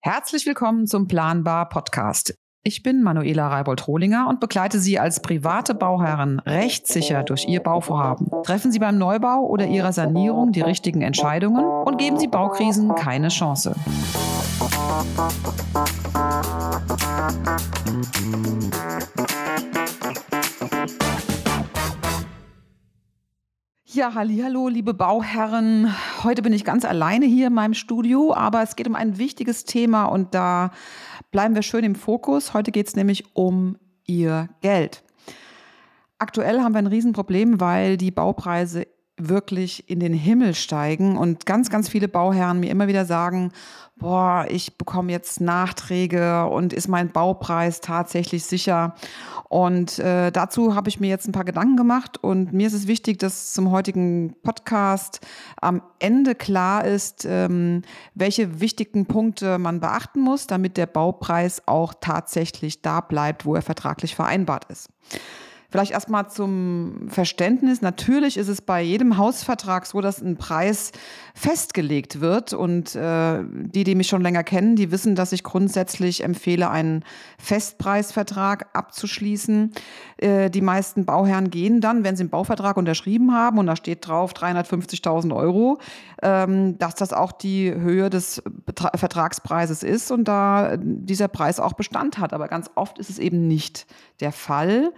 Herzlich willkommen zum Planbar Podcast. Ich bin Manuela Reibold-Rohlinger und begleite Sie als private Bauherrin rechtssicher durch Ihr Bauvorhaben. Treffen Sie beim Neubau oder Ihrer Sanierung die richtigen Entscheidungen und geben Sie Baukrisen keine Chance. Ja, hallihallo, liebe Bauherren. Heute bin ich ganz alleine hier in meinem Studio, aber es geht um ein wichtiges Thema und da bleiben wir schön im Fokus. Heute geht es nämlich um Ihr Geld. Aktuell haben wir ein Riesenproblem, weil die Baupreise wirklich in den Himmel steigen und ganz, ganz viele Bauherren mir immer wieder sagen, boah, ich bekomme jetzt Nachträge und ist mein Baupreis tatsächlich sicher? Und dazu habe ich mir jetzt ein paar Gedanken gemacht und mir ist es wichtig, dass zum heutigen Podcast am Ende klar ist, welche wichtigen Punkte man beachten muss, damit der Baupreis auch tatsächlich da bleibt, wo er vertraglich vereinbart ist. Vielleicht erstmal zum Verständnis. Natürlich ist es bei jedem Hausvertrag so, dass ein Preis festgelegt wird. Und die mich schon länger kennen, die wissen, dass ich grundsätzlich empfehle, einen Festpreisvertrag abzuschließen. Die meisten Bauherren gehen dann, wenn sie einen Bauvertrag unterschrieben haben und da steht drauf 350.000 Euro, dass das auch die Höhe des Vertragspreises ist und da dieser Preis auch Bestand hat. Aber ganz oft ist es eben nicht der Fall.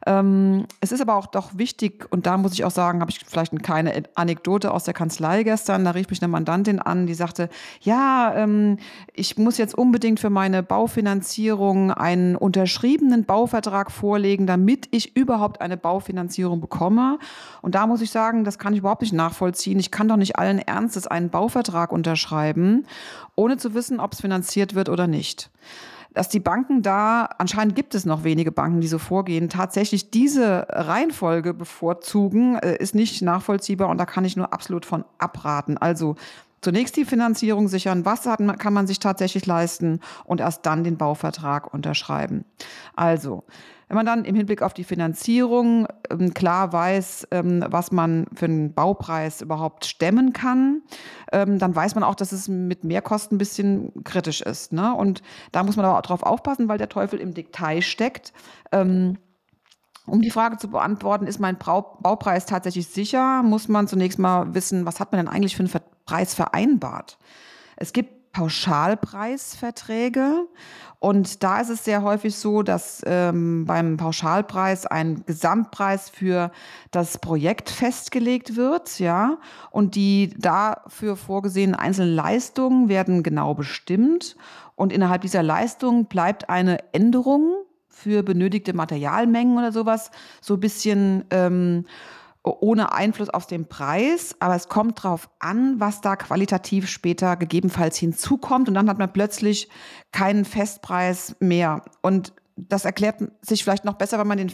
Es ist aber auch doch wichtig, und da muss ich auch sagen, habe ich vielleicht eine kleine Anekdote aus der Kanzlei gestern, da rief mich eine Mandantin an, die sagte, ja, ich muss jetzt unbedingt für meine Baufinanzierung einen unterschriebenen Bauvertrag vorlegen, damit ich überhaupt eine Baufinanzierung bekomme. Und da muss ich sagen, das kann ich überhaupt nicht nachvollziehen. Ich kann doch nicht allen Ernstes einen Bauvertrag unterschreiben, ohne zu wissen, ob es finanziert wird oder nicht. Dass die Banken da, anscheinend gibt es noch wenige Banken, die so vorgehen, tatsächlich diese Reihenfolge bevorzugen, ist nicht nachvollziehbar und da kann ich nur absolut von abraten. Also zunächst die Finanzierung sichern, kann man sich tatsächlich leisten und erst dann den Bauvertrag unterschreiben. Also, wenn man dann im Hinblick auf die Finanzierung klar weiß, was man für einen Baupreis überhaupt stemmen kann, dann weiß man auch, dass es mit Mehrkosten ein bisschen kritisch ist, ne? Und da muss man aber auch drauf aufpassen, weil der Teufel im Detail steckt. Um die Frage zu beantworten, ist mein Baupreis tatsächlich sicher, muss man zunächst mal wissen, was hat man denn eigentlich für einen Preis vereinbart? Es gibt Pauschalpreisverträge und da ist es sehr häufig so, dass beim Pauschalpreis ein Gesamtpreis für das Projekt festgelegt wird, ja, und die dafür vorgesehenen einzelnen Leistungen werden genau bestimmt und innerhalb dieser Leistung bleibt eine Änderung für benötigte Materialmengen oder sowas so ein bisschen ohne Einfluss auf den Preis, aber es kommt drauf an, was da qualitativ später gegebenenfalls hinzukommt und dann hat man plötzlich keinen Festpreis mehr. Und das erklärt sich vielleicht noch besser, wenn man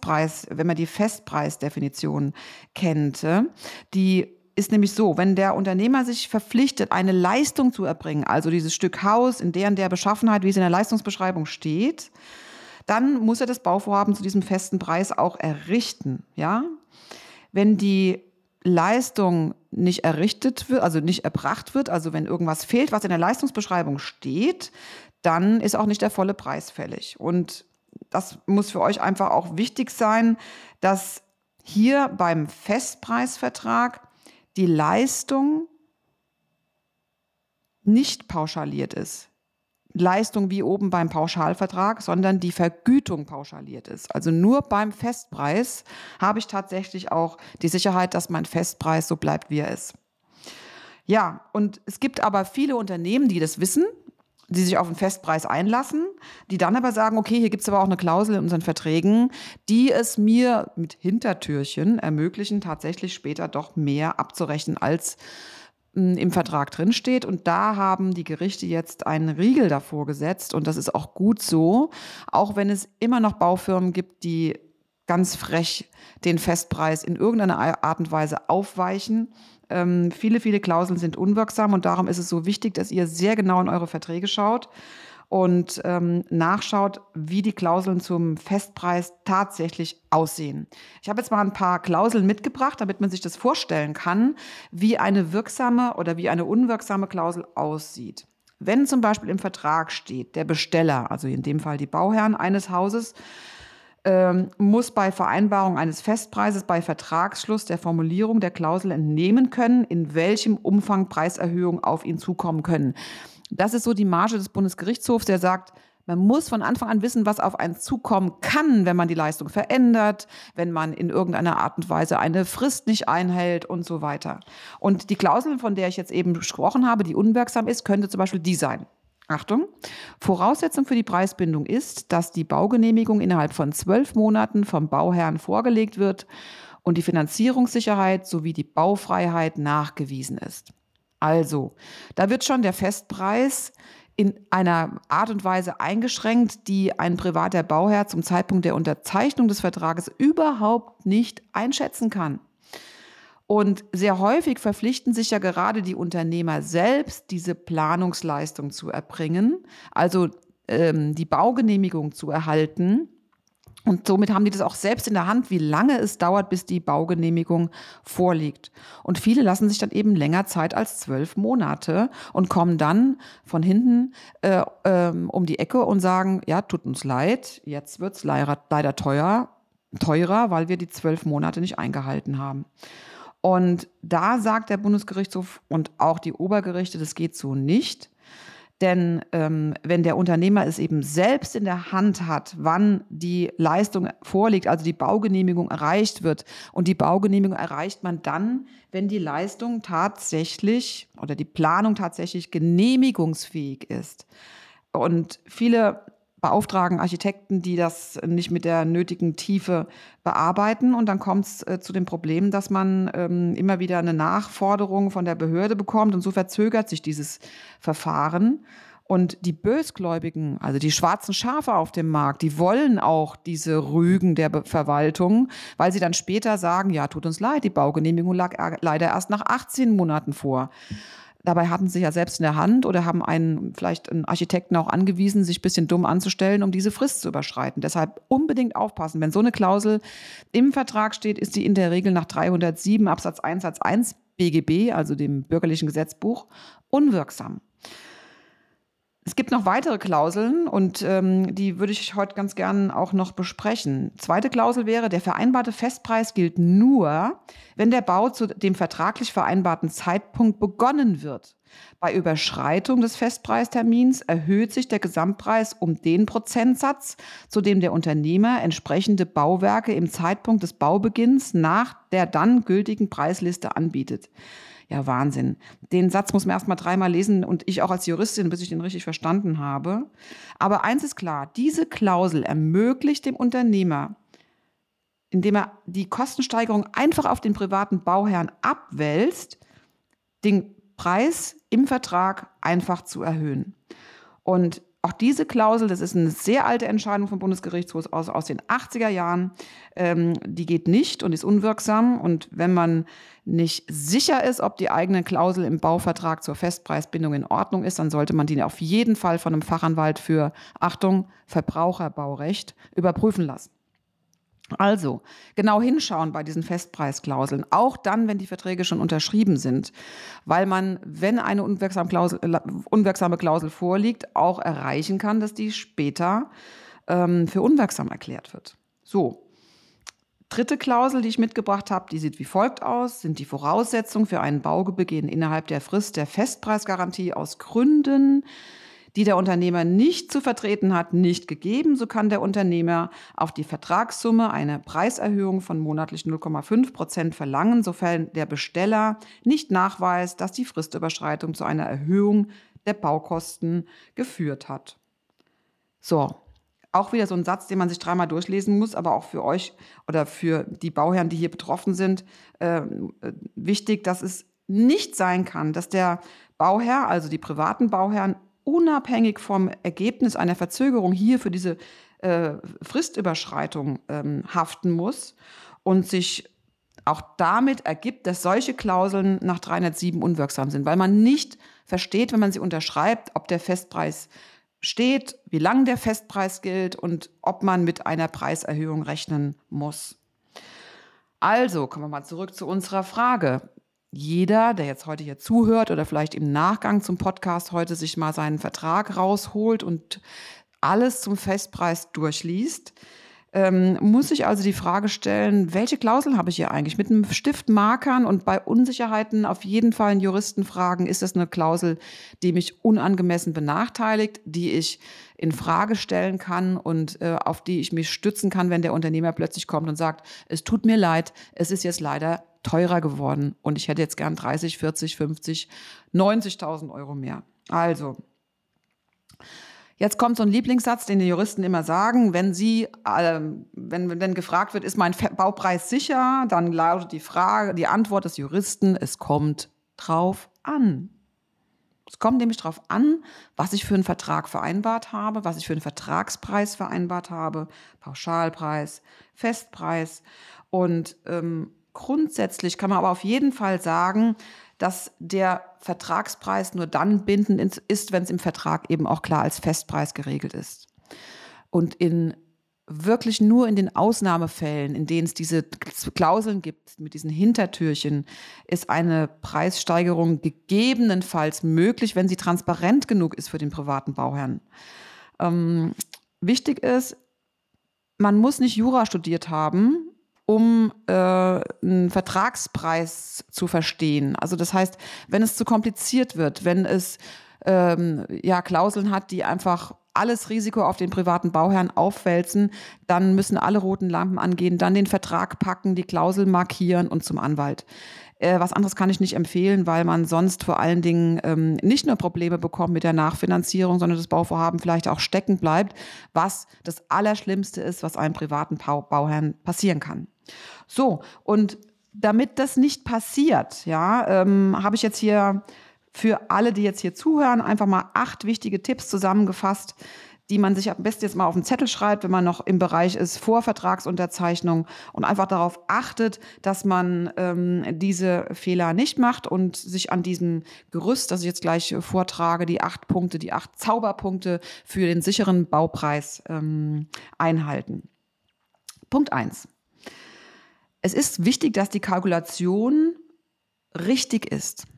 die Festpreisdefinition kennt. Die ist nämlich so, wenn der Unternehmer sich verpflichtet, eine Leistung zu erbringen, also dieses Stück Haus in der Beschaffenheit, wie es in der Leistungsbeschreibung steht, dann muss er das Bauvorhaben zu diesem festen Preis auch errichten, ja? Wenn die Leistung nicht errichtet wird, also nicht erbracht wird, also wenn irgendwas fehlt, was in der Leistungsbeschreibung steht, dann ist auch nicht der volle Preis fällig. Und das muss für euch einfach auch wichtig sein, dass hier beim Festpreisvertrag die Leistung nicht pauschaliert ist. Leistung wie oben beim Pauschalvertrag, sondern die Vergütung pauschaliert ist. Also nur beim Festpreis habe ich tatsächlich auch die Sicherheit, dass mein Festpreis so bleibt, wie er ist. Ja, und es gibt aber viele Unternehmen, die das wissen, die sich auf einen Festpreis einlassen, die dann aber sagen, okay, hier gibt es aber auch eine Klausel in unseren Verträgen, die es mir mit Hintertürchen ermöglichen, tatsächlich später doch mehr abzurechnen, als im Vertrag drinsteht. Und da haben die Gerichte jetzt einen Riegel davor gesetzt. Und das ist auch gut so, auch wenn es immer noch Baufirmen gibt, die ganz frech den Festpreis in irgendeiner Art und Weise aufweichen. Viele, viele Klauseln sind unwirksam und darum ist es so wichtig, dass ihr sehr genau in eure Verträge schaut und nachschaut, wie die Klauseln zum Festpreis tatsächlich aussehen. Ich habe jetzt mal ein paar Klauseln mitgebracht, damit man sich das vorstellen kann, wie eine wirksame oder wie eine unwirksame Klausel aussieht. Wenn zum Beispiel im Vertrag steht, der Besteller, also in dem Fall die Bauherren eines Hauses, muss bei Vereinbarung eines Festpreises bei Vertragsschluss der Formulierung der Klausel entnehmen können, in welchem Umfang Preiserhöhungen auf ihn zukommen können. Das ist so die Marge des Bundesgerichtshofs, der sagt, man muss von Anfang an wissen, was auf einen zukommen kann, wenn man die Leistung verändert, wenn man in irgendeiner Art und Weise eine Frist nicht einhält und so weiter. Und die Klausel, von der ich jetzt eben gesprochen habe, die unwirksam ist, könnte zum Beispiel die sein. Achtung, Voraussetzung für die Preisbindung ist, dass die Baugenehmigung innerhalb von 12 Monaten vom Bauherrn vorgelegt wird und die Finanzierungssicherheit sowie die Baufreiheit nachgewiesen ist. Also, da wird schon der Festpreis in einer Art und Weise eingeschränkt, die ein privater Bauherr zum Zeitpunkt der Unterzeichnung des Vertrages überhaupt nicht einschätzen kann. Und sehr häufig verpflichten sich ja gerade die Unternehmer selbst, diese Planungsleistung zu erbringen, also die Baugenehmigung zu erhalten. Und somit haben die das auch selbst in der Hand, wie lange es dauert, bis die Baugenehmigung vorliegt. Und viele lassen sich dann eben länger Zeit als 12 Monate und kommen dann von hinten um die Ecke und sagen, ja, tut uns leid, jetzt wird es leider teurer, weil wir die 12 Monate nicht eingehalten haben. Und da sagt der Bundesgerichtshof und auch die Obergerichte, das geht so nicht. Denn wenn der Unternehmer es eben selbst in der Hand hat, wann die Leistung vorliegt, also die Baugenehmigung erreicht wird, und die Baugenehmigung erreicht man dann, wenn die Leistung tatsächlich oder die Planung tatsächlich genehmigungsfähig ist. Und viele beauftragen Architekten, die das nicht mit der nötigen Tiefe bearbeiten. Und dann kommt es zu dem Problem, dass man immer wieder eine Nachforderung von der Behörde bekommt. Und so verzögert sich dieses Verfahren. Und die Bösgläubigen, also die schwarzen Schafe auf dem Markt, die wollen auch diese Rügen der Verwaltung, weil sie dann später sagen, ja, tut uns leid, die Baugenehmigung lag leider erst nach 18 Monaten vor. Dabei hatten sie ja selbst in der Hand oder haben vielleicht einen Architekten auch angewiesen, sich ein bisschen dumm anzustellen, um diese Frist zu überschreiten. Deshalb unbedingt aufpassen. Wenn so eine Klausel im Vertrag steht, ist die in der Regel nach 307 Absatz 1 Satz 1 BGB, also dem bürgerlichen Gesetzbuch, unwirksam. Es gibt noch weitere Klauseln und die würde ich heute ganz gern auch noch besprechen. Zweite Klausel wäre, der vereinbarte Festpreis gilt nur, wenn der Bau zu dem vertraglich vereinbarten Zeitpunkt begonnen wird. Bei Überschreitung des Festpreistermins erhöht sich der Gesamtpreis um den Prozentsatz, zu dem der Unternehmer entsprechende Bauwerke im Zeitpunkt des Baubeginns nach der dann gültigen Preisliste anbietet. Ja, Wahnsinn. Den Satz muss man erst mal 3-mal lesen und ich auch als Juristin, bis ich den richtig verstanden habe. Aber eins ist klar, diese Klausel ermöglicht dem Unternehmer, indem er die Kostensteigerung einfach auf den privaten Bauherrn abwälzt, den Preis im Vertrag einfach zu erhöhen. Und auch diese Klausel, das ist eine sehr alte Entscheidung vom Bundesgerichtshof aus den 80er Jahren, die geht nicht und ist unwirksam. Und wenn man nicht sicher ist, ob die eigene Klausel im Bauvertrag zur Festpreisbindung in Ordnung ist, dann sollte man die auf jeden Fall von einem Fachanwalt für, Achtung, Verbraucherbaurecht überprüfen lassen. Also genau hinschauen bei diesen Festpreisklauseln, auch dann, wenn die Verträge schon unterschrieben sind, weil man, wenn eine unwirksame Klausel vorliegt, auch erreichen kann, dass die später für unwirksam erklärt wird. So, dritte Klausel, die ich mitgebracht habe, die sieht wie folgt aus, sind die Voraussetzungen für einen Baubeginn innerhalb der Frist der Festpreisgarantie aus Gründen, die der Unternehmer nicht zu vertreten hat, nicht gegeben. So kann der Unternehmer auf die Vertragssumme eine Preiserhöhung von monatlich 0,5% verlangen, sofern der Besteller nicht nachweist, dass die Fristüberschreitung zu einer Erhöhung der Baukosten geführt hat. So, auch wieder so ein Satz, den man sich 3-mal durchlesen muss, aber auch für euch oder für die Bauherren, die hier betroffen sind, wichtig, dass es nicht sein kann, dass der Bauherr, also die privaten Bauherren, unabhängig vom Ergebnis einer Verzögerung hier für diese Fristüberschreitung haften muss und sich auch damit ergibt, dass solche Klauseln nach 307 unwirksam sind, weil man nicht versteht, wenn man sie unterschreibt, ob der Festpreis steht, wie lang der Festpreis gilt und ob man mit einer Preiserhöhung rechnen muss. Also kommen wir mal zurück zu unserer Frage. jeder, der jetzt heute hier zuhört oder vielleicht im Nachgang zum Podcast heute sich mal seinen Vertrag rausholt und alles zum Festpreis durchliest, muss sich also die Frage stellen, welche Klausel habe ich hier eigentlich? Mit einem Stift markern und bei Unsicherheiten auf jeden Fall einen Juristen fragen, ist das eine Klausel, die mich unangemessen benachteiligt, die ich in Frage stellen kann und auf die ich mich stützen kann, wenn der Unternehmer plötzlich kommt und sagt, es tut mir leid, es ist jetzt leider teurer geworden und ich hätte jetzt gern 30, 40, 50, 90.000 Euro mehr. Also, jetzt kommt so ein Lieblingssatz, den die Juristen immer sagen, wenn gefragt wird, ist mein Baupreis sicher, dann lautet die Antwort des Juristen, es kommt drauf an. Es kommt nämlich drauf an, was ich für einen Vertrag vereinbart habe, was ich für einen Vertragspreis vereinbart habe, Pauschalpreis, Festpreis. Und grundsätzlich kann man aber auf jeden Fall sagen, dass der Vertragspreis nur dann bindend ist, wenn es im Vertrag eben auch klar als Festpreis geregelt ist. Und wirklich nur in den Ausnahmefällen, in denen es diese Klauseln gibt, mit diesen Hintertürchen, ist eine Preissteigerung gegebenenfalls möglich, wenn sie transparent genug ist für den privaten Bauherrn. Wichtig ist, man muss nicht Jura studiert haben, um einen Vertragspreis zu verstehen. Also das heißt, wenn es zu kompliziert wird, wenn es Klauseln hat, die einfach alles Risiko auf den privaten Bauherrn aufwälzen, dann müssen alle roten Lampen angehen, dann den Vertrag packen, die Klausel markieren und zum Anwalt. Was anderes kann ich nicht empfehlen, weil man sonst vor allen Dingen nicht nur Probleme bekommt mit der Nachfinanzierung, sondern das Bauvorhaben vielleicht auch stecken bleibt, was das Allerschlimmste ist, was einem privaten Bauherrn passieren kann. So, und damit das nicht passiert, habe ich jetzt hier für alle, die jetzt hier zuhören, einfach mal 8 wichtige Tipps zusammengefasst, die man sich am besten jetzt mal auf den Zettel schreibt, wenn man noch im Bereich ist vor Vertragsunterzeichnung und einfach darauf achtet, dass man diese Fehler nicht macht und sich an diesem Gerüst, das ich jetzt gleich vortrage, die 8 Punkte, die 8 Zauberpunkte für den sicheren Baupreis einhalten. Punkt 1. Es ist wichtig, dass die Kalkulation richtig ist.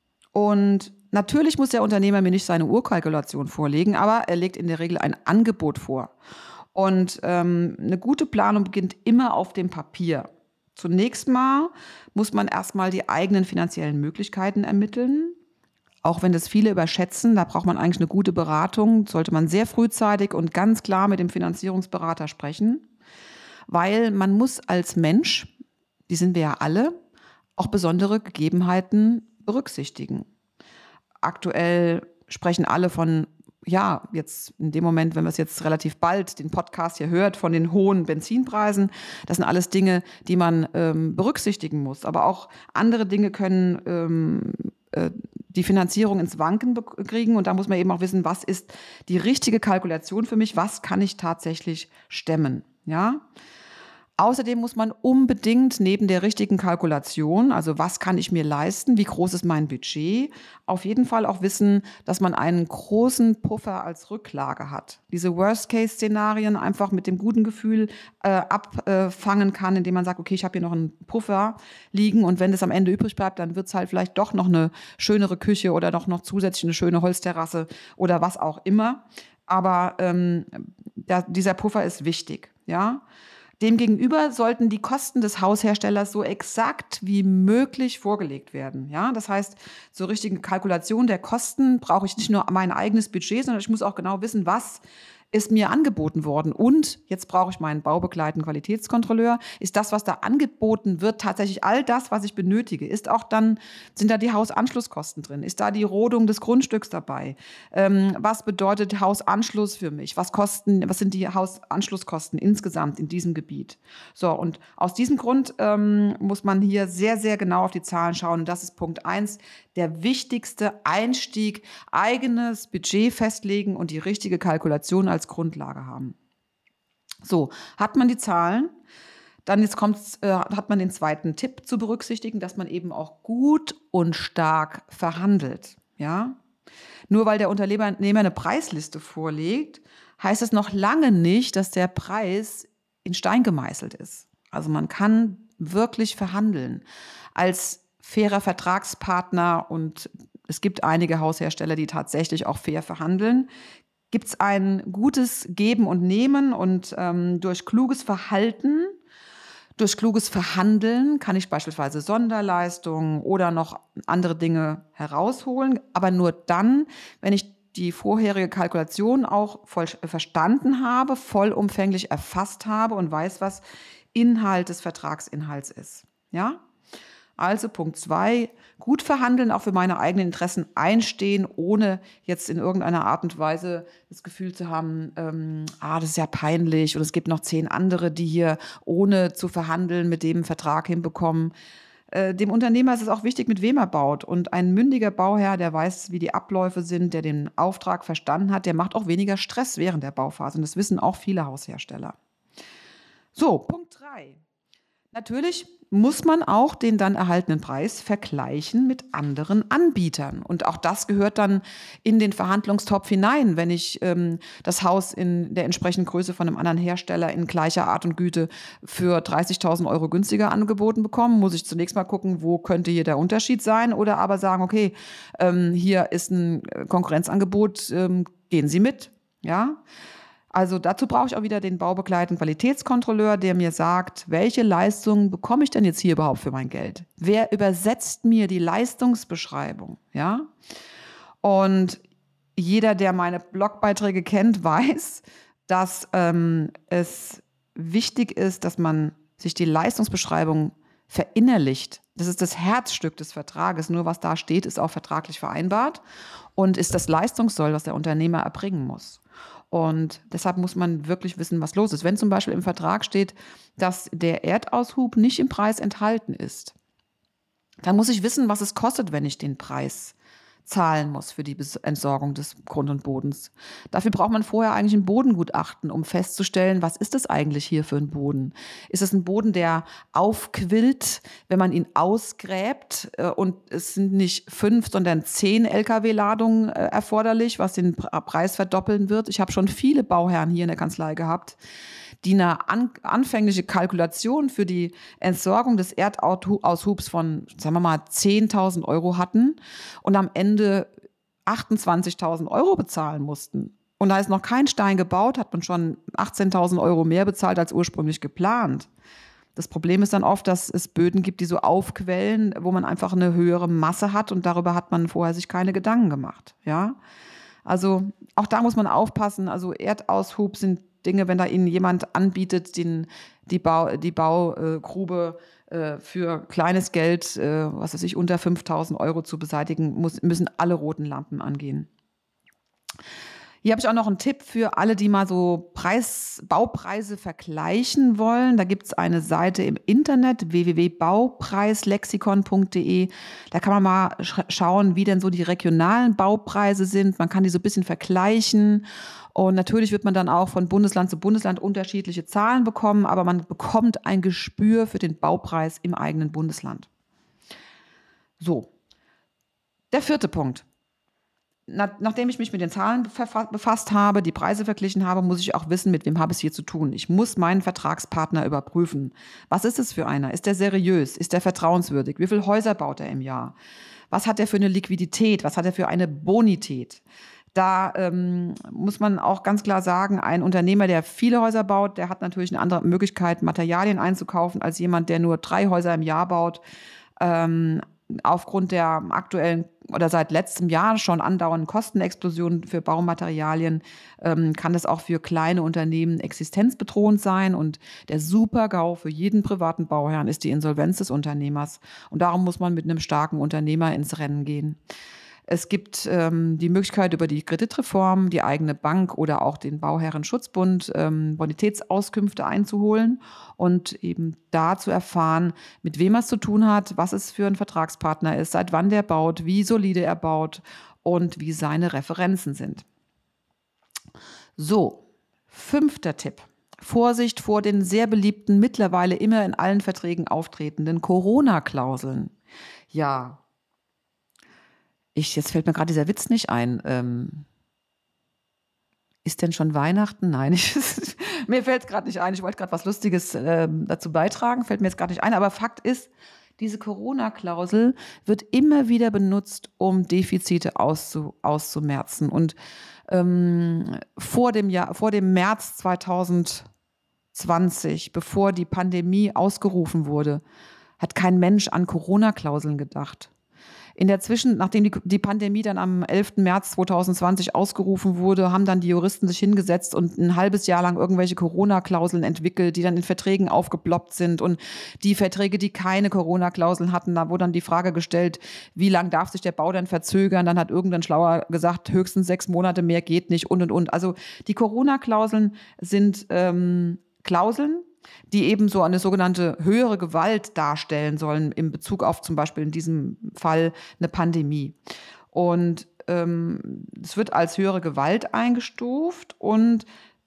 Und natürlich muss der Unternehmer mir nicht seine Urkalkulation vorlegen, aber er legt in der Regel ein Angebot vor. Und eine gute Planung beginnt immer auf dem Papier. Zunächst mal muss man erstmal die eigenen finanziellen Möglichkeiten ermitteln. Auch wenn das viele überschätzen, da braucht man eigentlich eine gute Beratung, sollte man sehr frühzeitig und ganz klar mit dem Finanzierungsberater sprechen, weil man muss als Mensch, die sind wir ja alle, auch besondere Gegebenheiten berücksichtigen. Aktuell sprechen alle von, jetzt in dem Moment, wenn wir es jetzt relativ bald den Podcast hier hört, von den hohen Benzinpreisen. Das sind alles Dinge, die man berücksichtigen muss. Aber auch andere Dinge können die Finanzierung ins Wanken kriegen. Und da muss man eben auch wissen, was ist die richtige Kalkulation für mich? Was kann ich tatsächlich stemmen? Ja? Außerdem muss man unbedingt neben der richtigen Kalkulation, also was kann ich mir leisten, wie groß ist mein Budget, auf jeden Fall auch wissen, dass man einen großen Puffer als Rücklage hat. Diese Worst-Case-Szenarien einfach mit dem guten Gefühl abfangen kann, indem man sagt, okay, ich habe hier noch einen Puffer liegen und wenn das am Ende übrig bleibt, dann wird es halt vielleicht doch noch eine schönere Küche oder doch noch zusätzlich eine schöne Holzterrasse oder was auch immer. Aber dieser Puffer ist wichtig, ja. Demgegenüber sollten die Kosten des Hausherstellers so exakt wie möglich vorgelegt werden. Ja, das heißt, zur richtigen Kalkulation der Kosten brauche ich nicht nur mein eigenes Budget, sondern ich muss auch genau wissen, was ist mir angeboten worden. Und jetzt brauche ich meinen baubegleitenden Qualitätskontrolleur. Ist das, was da angeboten wird, tatsächlich all das, was ich benötige? Sind da die Hausanschlusskosten drin? Ist da die Rodung des Grundstücks dabei? Was bedeutet Hausanschluss für mich? Was sind die Hausanschlusskosten insgesamt in diesem Gebiet? So, und aus diesem Grund muss man hier sehr, sehr genau auf die Zahlen schauen. Und das ist Punkt 1. Der wichtigste Einstieg, eigenes Budget festlegen und die richtige Kalkulation als Grundlage haben. So, hat man die Zahlen, dann hat man den zweiten Tipp zu berücksichtigen, dass man eben auch gut und stark verhandelt. Ja? Nur weil der Unternehmer eine Preisliste vorlegt, heißt es noch lange nicht, dass der Preis in Stein gemeißelt ist. Also man kann wirklich verhandeln. Als fairer Vertragspartner und es gibt einige Haushersteller, die tatsächlich auch fair verhandeln. Gibt es ein gutes Geben und Nehmen und durch kluges Verhalten, durch kluges Verhandeln kann ich beispielsweise Sonderleistungen oder noch andere Dinge herausholen, aber nur dann, wenn ich die vorherige Kalkulation auch voll verstanden habe, vollumfänglich erfasst habe und weiß, was Inhalt des Vertragsinhalts ist. Ja? Also Punkt 2: gut verhandeln, auch für meine eigenen Interessen einstehen, ohne jetzt in irgendeiner Art und Weise das Gefühl zu haben, das ist ja peinlich und es gibt noch 10 andere, die hier ohne zu verhandeln mit dem einen Vertrag hinbekommen. Dem Unternehmer ist es auch wichtig, mit wem er baut. Und ein mündiger Bauherr, der weiß, wie die Abläufe sind, der den Auftrag verstanden hat, der macht auch weniger Stress während der Bauphase. Und das wissen auch viele Haushersteller. So, Punkt 3. Natürlich muss man auch den dann erhaltenen Preis vergleichen mit anderen Anbietern. Und auch das gehört dann in den Verhandlungstopf hinein. Wenn ich das Haus in der entsprechenden Größe von einem anderen Hersteller in gleicher Art und Güte für 30.000 Euro günstiger angeboten bekomme, muss ich zunächst mal gucken, wo könnte hier der Unterschied sein, oder aber sagen, okay, hier ist ein Konkurrenzangebot, gehen Sie mit. Ja. Also dazu brauche ich auch wieder den baubegleitenden Qualitätskontrolleur, der mir sagt, welche Leistungen bekomme ich denn jetzt hier überhaupt für mein Geld? Wer übersetzt mir die Leistungsbeschreibung? Ja? Und jeder, der meine Blogbeiträge kennt, weiß, dass es wichtig ist, dass man sich die Leistungsbeschreibung verinnerlicht. Das ist das Herzstück des Vertrages. Nur was da steht, ist auch vertraglich vereinbart und ist das Leistungssoll, was der Unternehmer erbringen muss. Und deshalb muss man wirklich wissen, was los ist. Wenn zum Beispiel im Vertrag steht, dass der Erdaushub nicht im Preis enthalten ist, dann muss ich wissen, was es kostet, wenn ich den Preis zahlen muss für die Entsorgung des Grund und Bodens. Dafür braucht man vorher eigentlich ein Bodengutachten, um festzustellen, was ist das eigentlich hier für ein Boden? Ist es ein Boden, der aufquillt, wenn man ihn ausgräbt und es sind nicht 5, sondern 10 Lkw-Ladungen erforderlich, was den Preis verdoppeln wird? Ich habe schon viele Bauherren hier in der Kanzlei gehabt, die eine anfängliche Kalkulation für die Entsorgung des Erdaushubs von, sagen wir mal, 10.000 Euro hatten und am Ende 28.000 Euro bezahlen mussten. Und da ist noch kein Stein gebaut, hat man schon 18.000 Euro mehr bezahlt als ursprünglich geplant. Das Problem ist dann oft, dass es Böden gibt, die so aufquellen, wo man einfach eine höhere Masse hat und darüber hat man vorher sich keine Gedanken gemacht. Ja? Also auch da muss man aufpassen. Also Erdaushub sind Dinge, wenn da Ihnen jemand anbietet, die Baugrube für kleines Geld, was weiß ich, unter 5.000 Euro zu beseitigen, müssen alle roten Lampen angehen. Hier habe ich auch noch einen Tipp für alle, die mal so Baupreise vergleichen wollen. Da gibt es eine Seite im Internet, www.baupreislexikon.de. Da kann man mal schauen, wie denn so die regionalen Baupreise sind. Man kann die so ein bisschen vergleichen. Und natürlich wird man dann auch von Bundesland zu Bundesland unterschiedliche Zahlen bekommen, aber man bekommt ein Gespür für den Baupreis im eigenen Bundesland. So, der 4. Punkt. Nachdem ich mich mit den Zahlen befasst habe, die Preise verglichen habe, muss ich auch wissen, mit wem habe ich es hier zu tun. Ich muss meinen Vertragspartner überprüfen. Was ist es für einer? Ist der seriös? Ist der vertrauenswürdig? Wie viele Häuser baut er im Jahr? Was hat er für eine Liquidität? Was hat er für eine Bonität? Da muss man auch ganz klar sagen, ein Unternehmer, der viele Häuser baut, der hat natürlich eine andere Möglichkeit, Materialien einzukaufen, als jemand, der nur 3 Häuser im Jahr baut. Aufgrund der aktuellen oder seit letztem Jahr schon andauernden Kostenexplosionen für Baumaterialien kann das auch für kleine Unternehmen existenzbedrohend sein. Und der Super-GAU für jeden privaten Bauherrn ist die Insolvenz des Unternehmers. Und darum muss man mit einem starken Unternehmer ins Rennen gehen. Es gibt die Möglichkeit, über die Kreditreform die eigene Bank oder auch den Bauherrenschutzbund Bonitätsauskünfte einzuholen und eben da zu erfahren, mit wem er es zu tun hat, was es für ein Vertragspartner ist, seit wann der baut, wie solide er baut und wie seine Referenzen sind. So, 5. Tipp. Vorsicht vor den sehr beliebten, mittlerweile immer in allen Verträgen auftretenden Corona-Klauseln. Ja, jetzt fällt mir gerade dieser Witz nicht ein. Ist denn schon Weihnachten? Nein, mir fällt es gerade nicht ein. Ich wollte gerade was Lustiges dazu beitragen, fällt mir jetzt gerade nicht ein. Aber Fakt ist, diese Corona-Klausel wird immer wieder benutzt, um Defizite auszumerzen. Und vor dem März 2020, bevor die Pandemie ausgerufen wurde, hat kein Mensch an Corona-Klauseln gedacht. Nachdem die Pandemie dann am 11. März 2020 ausgerufen wurde, haben dann die Juristen sich hingesetzt und ein halbes Jahr lang irgendwelche Corona-Klauseln entwickelt, die dann in Verträgen aufgeploppt sind. Und die Verträge, die keine Corona-Klauseln hatten, da wurde dann die Frage gestellt, wie lang darf sich der Bau denn verzögern? Dann hat irgendein Schlauer gesagt, höchstens 6 Monate, mehr geht nicht und. Also die Corona-Klauseln sind Klauseln, die eben so eine sogenannte höhere Gewalt darstellen sollen in Bezug auf zum Beispiel in diesem Fall eine Pandemie. Und es wird als höhere Gewalt eingestuft und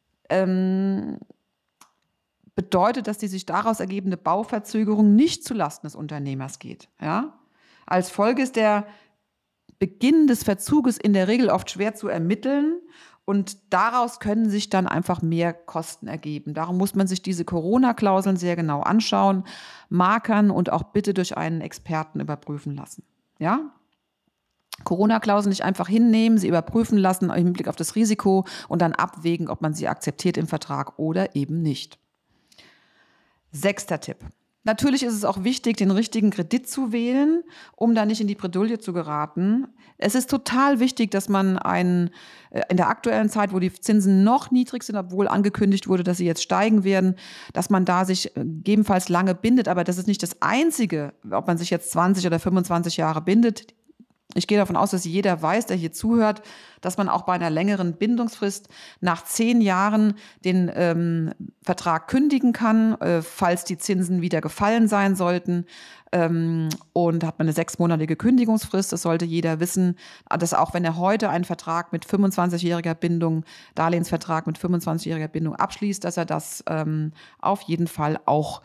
bedeutet, dass die sich daraus ergebende Bauverzögerung nicht zulasten des Unternehmers geht. Ja? Als Folge ist der Beginn des Verzuges in der Regel oft schwer zu ermitteln. Und daraus können sich dann einfach mehr Kosten ergeben. Darum muss man sich diese Corona-Klauseln sehr genau anschauen, markern und auch bitte durch einen Experten überprüfen lassen. Ja? Corona-Klauseln nicht einfach hinnehmen, sie überprüfen lassen im Hinblick auf das Risiko und dann abwägen, ob man sie akzeptiert im Vertrag oder eben nicht. 6. Tipp. Natürlich ist es auch wichtig, den richtigen Kredit zu wählen, um da nicht in die Bredouille zu geraten. Es ist total wichtig, dass man in der aktuellen Zeit, wo die Zinsen noch niedrig sind, obwohl angekündigt wurde, dass sie jetzt steigen werden, dass man da sich gegebenenfalls lange bindet. Aber das ist nicht das Einzige, ob man sich jetzt 20 oder 25 Jahre bindet. Ich gehe davon aus, dass jeder weiß, der hier zuhört, dass man auch bei einer längeren Bindungsfrist nach 10 Jahren den Vertrag kündigen kann, falls die Zinsen wieder gefallen sein sollten. Und hat man eine 6-monatige Kündigungsfrist. Das sollte jeder wissen, dass auch wenn er heute einen Vertrag mit 25-jähriger Bindung, Darlehensvertrag mit 25-jähriger Bindung abschließt, dass er das auf jeden Fall auch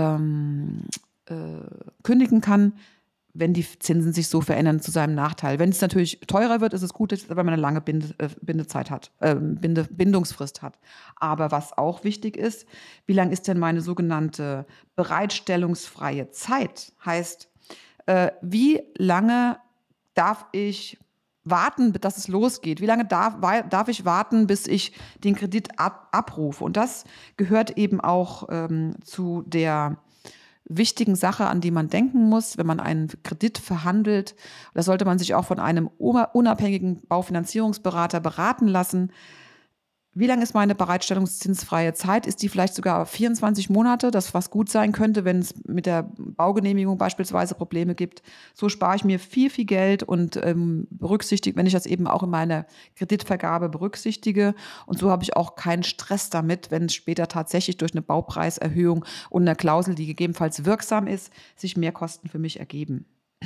kündigen kann, wenn die Zinsen sich so verändern zu seinem Nachteil. Wenn es natürlich teurer wird, ist es gut, wenn man eine lange Bindezeit hat, Bindungsfrist hat. Aber was auch wichtig ist, wie lang ist denn meine sogenannte bereitstellungsfreie Zeit? Heißt, wie lange darf ich warten, dass es losgeht? Wie lange darf ich warten, bis ich den Kredit abrufe? Und das gehört eben auch zu der wichtigen Sache, an die man denken muss, wenn man einen Kredit verhandelt. Da sollte man sich auch von einem unabhängigen Baufinanzierungsberater beraten lassen. Wie lange ist meine bereitstellungszinsfreie Zeit? Ist die vielleicht sogar 24 Monate, das was gut sein könnte, wenn es mit der Baugenehmigung beispielsweise Probleme gibt? So spare ich mir viel, viel Geld und berücksichtige, wenn ich das eben auch in meiner Kreditvergabe berücksichtige. Und so habe ich auch keinen Stress damit, wenn es später tatsächlich durch eine Baupreiserhöhung und eine Klausel, die gegebenenfalls wirksam ist, sich mehr Kosten für mich ergeben.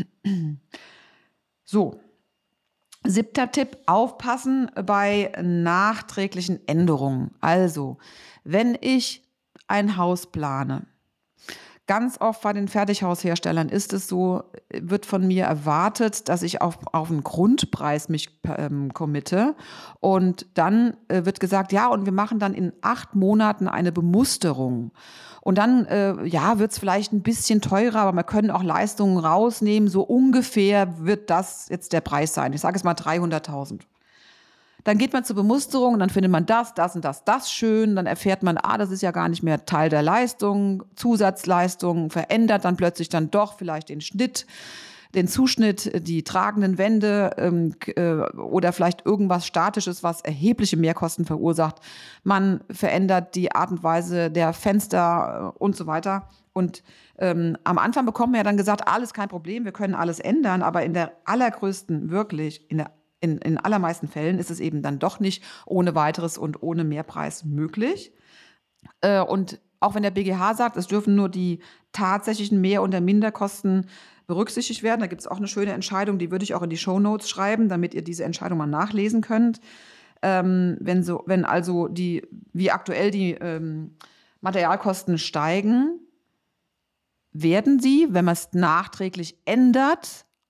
So. 7. Tipp, aufpassen bei nachträglichen Änderungen. Also, wenn ich ein Haus plane, ganz oft bei den Fertighausherstellern ist es so, wird von mir erwartet, dass ich auf einen Grundpreis mich committe. Und dann wird gesagt, ja, und wir machen dann in 8 Monaten eine Bemusterung. Und dann, wird es vielleicht ein bisschen teurer, aber wir können auch Leistungen rausnehmen. So ungefähr wird das jetzt der Preis sein. Ich sage es mal 300.000. Dann geht man zur Bemusterung und dann findet man das und das schön. Dann erfährt man, das ist ja gar nicht mehr Teil der Leistung. Zusatzleistung verändert dann plötzlich dann doch vielleicht den Zuschnitt, die tragenden Wände oder vielleicht irgendwas Statisches, was erhebliche Mehrkosten verursacht. Man verändert die Art und Weise der Fenster und so weiter. Und am Anfang bekommen wir ja dann gesagt, alles kein Problem, wir können alles ändern, aber in der allergrößten, wirklich, in allermeisten Fällen ist es eben dann doch nicht ohne weiteres und ohne Mehrpreis möglich. Und auch wenn der BGH sagt, es dürfen nur die tatsächlichen Mehr- oder Minderkosten berücksichtigt werden, da gibt es auch eine schöne Entscheidung, die würde ich auch in die Shownotes schreiben, damit ihr diese Entscheidung mal nachlesen könnt. Wenn also wie aktuell die Materialkosten steigen, werden sie, wenn man es nachträglich ändert,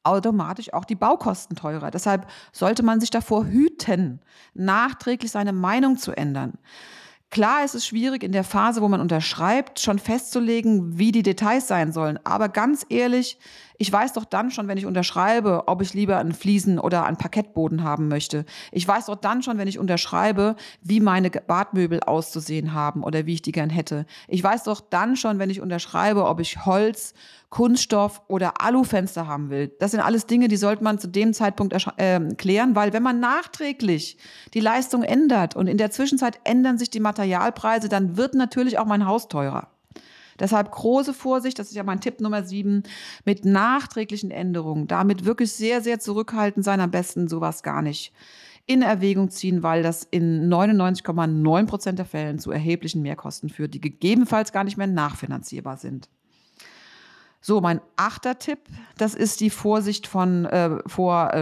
automatisch auch die Baukosten teurer. Deshalb sollte man sich davor hüten, nachträglich seine Meinung zu ändern. Klar ist es schwierig, in der Phase, wo man unterschreibt, schon festzulegen, wie die Details sein sollen. Aber ganz ehrlich, ich weiß doch dann schon, wenn ich unterschreibe, ob ich lieber einen Fliesen- oder einen Parkettboden haben möchte. Ich weiß doch dann schon, wenn ich unterschreibe, wie meine Badmöbel auszusehen haben oder wie ich die gern hätte. Ich weiß doch dann schon, wenn ich unterschreibe, ob ich Holz, Kunststoff oder Alufenster haben will. Das sind alles Dinge, die sollte man zu dem Zeitpunkt klären, weil wenn man nachträglich die Leistung ändert und in der Zwischenzeit ändern sich die Materialpreise, dann wird natürlich auch mein Haus teurer. Deshalb große Vorsicht, das ist ja mein Tipp Nummer 7, mit nachträglichen Änderungen. Damit wirklich sehr, sehr zurückhaltend sein, am besten sowas gar nicht in Erwägung ziehen, weil das in 99,9% der Fällen zu erheblichen Mehrkosten führt, die gegebenenfalls gar nicht mehr nachfinanzierbar sind. So, mein 8. Tipp, das ist die Vorsicht vor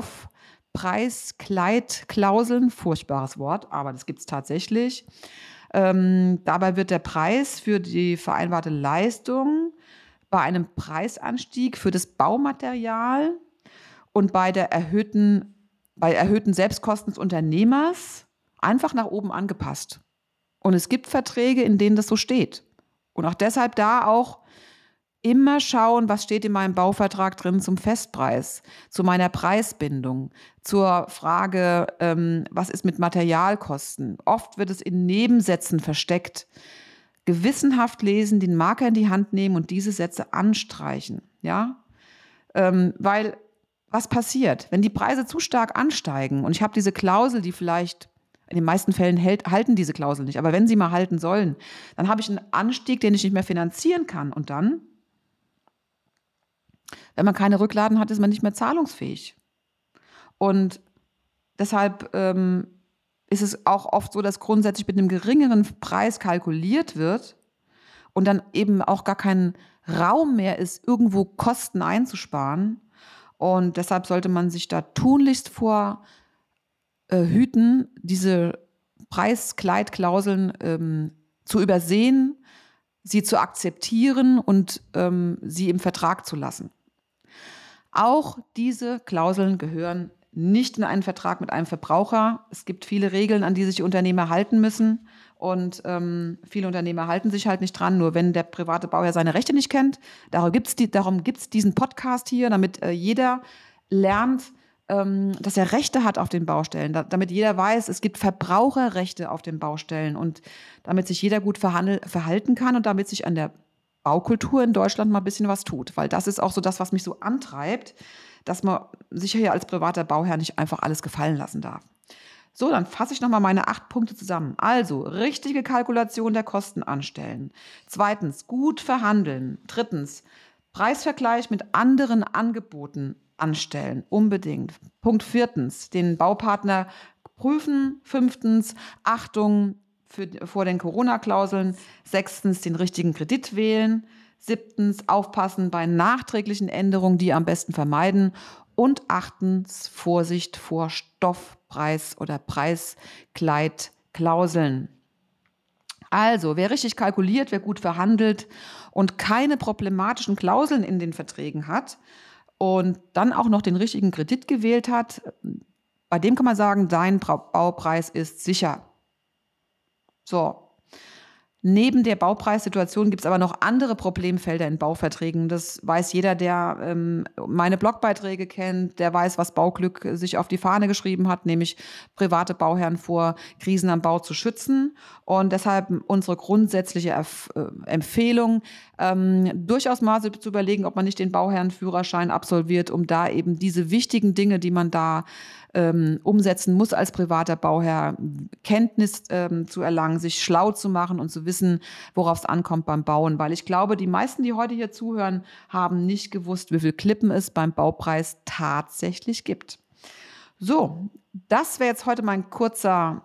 Stoffpreiskleidklauseln. Furchtbares Wort, aber das gibt es tatsächlich. Dabei wird der Preis für die vereinbarte Leistung bei einem Preisanstieg für das Baumaterial und bei erhöhten Selbstkosten des Unternehmers einfach nach oben angepasst. Und es gibt Verträge, in denen das so steht. Und auch deshalb da auch immer schauen, was steht in meinem Bauvertrag drin zum Festpreis, zu meiner Preisbindung, zur Frage, was ist mit Materialkosten. Oft wird es in Nebensätzen versteckt. Gewissenhaft lesen, den Marker in die Hand nehmen und diese Sätze anstreichen. Ja? Weil was passiert, wenn die Preise zu stark ansteigen und ich habe diese Klausel, die vielleicht in den meisten Fällen halten diese Klausel nicht, aber wenn sie mal halten sollen, dann habe ich einen Anstieg, den ich nicht mehr finanzieren kann und dann, wenn man keine Rücklagen hat, ist man nicht mehr zahlungsfähig. Und deshalb ist es auch oft so, dass grundsätzlich mit einem geringeren Preis kalkuliert wird und dann eben auch gar kein Raum mehr ist, irgendwo Kosten einzusparen. Und deshalb sollte man sich da tunlichst vor hüten, diese Preiskleidklauseln zu übersehen, sie zu akzeptieren und sie im Vertrag zu lassen. Auch diese Klauseln gehören nicht in einen Vertrag mit einem Verbraucher. Es gibt viele Regeln, an die sich Unternehmer halten müssen. Und viele Unternehmer halten sich halt nicht dran, nur wenn der private Bauherr seine Rechte nicht kennt. Darum gibt's diesen Podcast hier, damit jeder lernt, dass er Rechte hat auf den Baustellen, damit jeder weiß, es gibt Verbraucherrechte auf den Baustellen und damit sich jeder gut verhalten kann und damit sich an der Baukultur in Deutschland mal ein bisschen was tut. Weil das ist auch so das, was mich so antreibt, dass man sich hier als privater Bauherr nicht einfach alles gefallen lassen darf. So, dann fasse ich nochmal meine 8 Punkte zusammen. Also, richtige Kalkulation der Kosten anstellen. 2, gut verhandeln. 3, Preisvergleich mit anderen Angeboten anstellen, unbedingt. Punkt 4, den Baupartner prüfen. 5, Achtung vor den Corona-Klauseln. 6, den richtigen Kredit wählen. 7, aufpassen bei nachträglichen Änderungen, die am besten vermeiden. Und 8, Vorsicht vor Stoffpreis- oder Preiskleidklauseln. Also, wer richtig kalkuliert, wer gut verhandelt und keine problematischen Klauseln in den Verträgen hat und dann auch noch den richtigen Kredit gewählt hat, bei dem kann man sagen, dein Baupreis ist sicher. So. Neben der Baupreissituation gibt es aber noch andere Problemfelder in Bauverträgen. Das weiß jeder, der meine Blogbeiträge kennt, der weiß, was Bauglück sich auf die Fahne geschrieben hat, nämlich private Bauherren vor Krisen am Bau zu schützen. Und deshalb unsere grundsätzliche Empfehlung, durchaus mal zu überlegen, ob man nicht den Bauherrenführerschein absolviert, um da eben diese wichtigen Dinge, die man da umsetzen muss als privater Bauherr, Kenntnis zu erlangen, sich schlau zu machen und zu wissen, worauf es ankommt beim Bauen. Weil ich glaube, die meisten, die heute hier zuhören, haben nicht gewusst, wie viel Klippen es beim Baupreis tatsächlich gibt. So, das wäre jetzt heute mein kurzer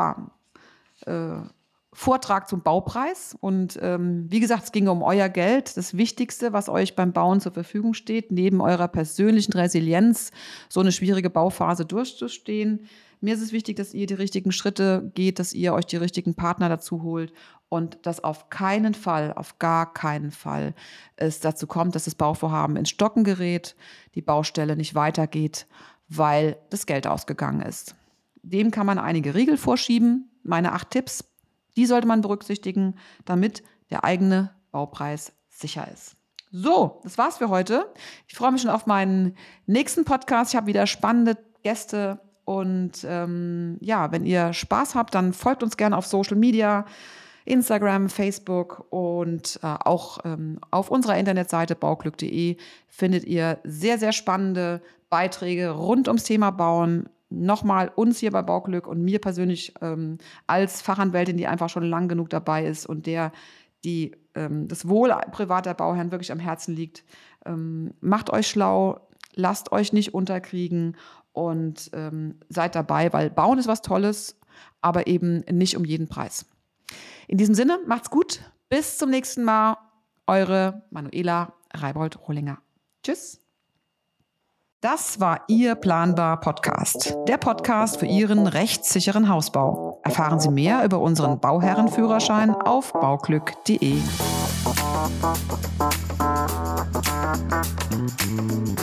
Vortrag zum Baupreis. Und wie gesagt, es ging um euer Geld. Das Wichtigste, was euch beim Bauen zur Verfügung steht, neben eurer persönlichen Resilienz, so eine schwierige Bauphase durchzustehen, Mir ist es wichtig, dass ihr die richtigen Schritte geht, dass ihr euch die richtigen Partner dazu holt und dass auf gar keinen Fall es dazu kommt, dass das Bauvorhaben ins Stocken gerät, die Baustelle nicht weitergeht, weil das Geld ausgegangen ist. Dem kann man einige Riegel vorschieben. Meine 8 Tipps, die sollte man berücksichtigen, damit der eigene Baupreis sicher ist. So, das war's für heute. Ich freue mich schon auf meinen nächsten Podcast. Ich habe wieder spannende Gäste und wenn ihr Spaß habt, dann folgt uns gerne auf Social Media, Instagram, Facebook und auch auf unserer Internetseite bauglück.de findet ihr sehr, sehr spannende Beiträge rund ums Thema Bauen. Nochmal uns hier bei Bauglück und mir persönlich als Fachanwältin, die einfach schon lang genug dabei ist und das Wohl privater Bauherren wirklich am Herzen liegt. Macht euch schlau, lasst euch nicht unterkriegen und seid dabei, weil Bauen ist was Tolles, aber eben nicht um jeden Preis. In diesem Sinne, macht's gut. Bis zum nächsten Mal. Eure Manuela Reibold-Rohlinger. Tschüss. Das war Ihr Planbar Podcast. Der Podcast für Ihren rechtssicheren Hausbau. Erfahren Sie mehr über unseren Bauherrenführerschein auf bauglück.de.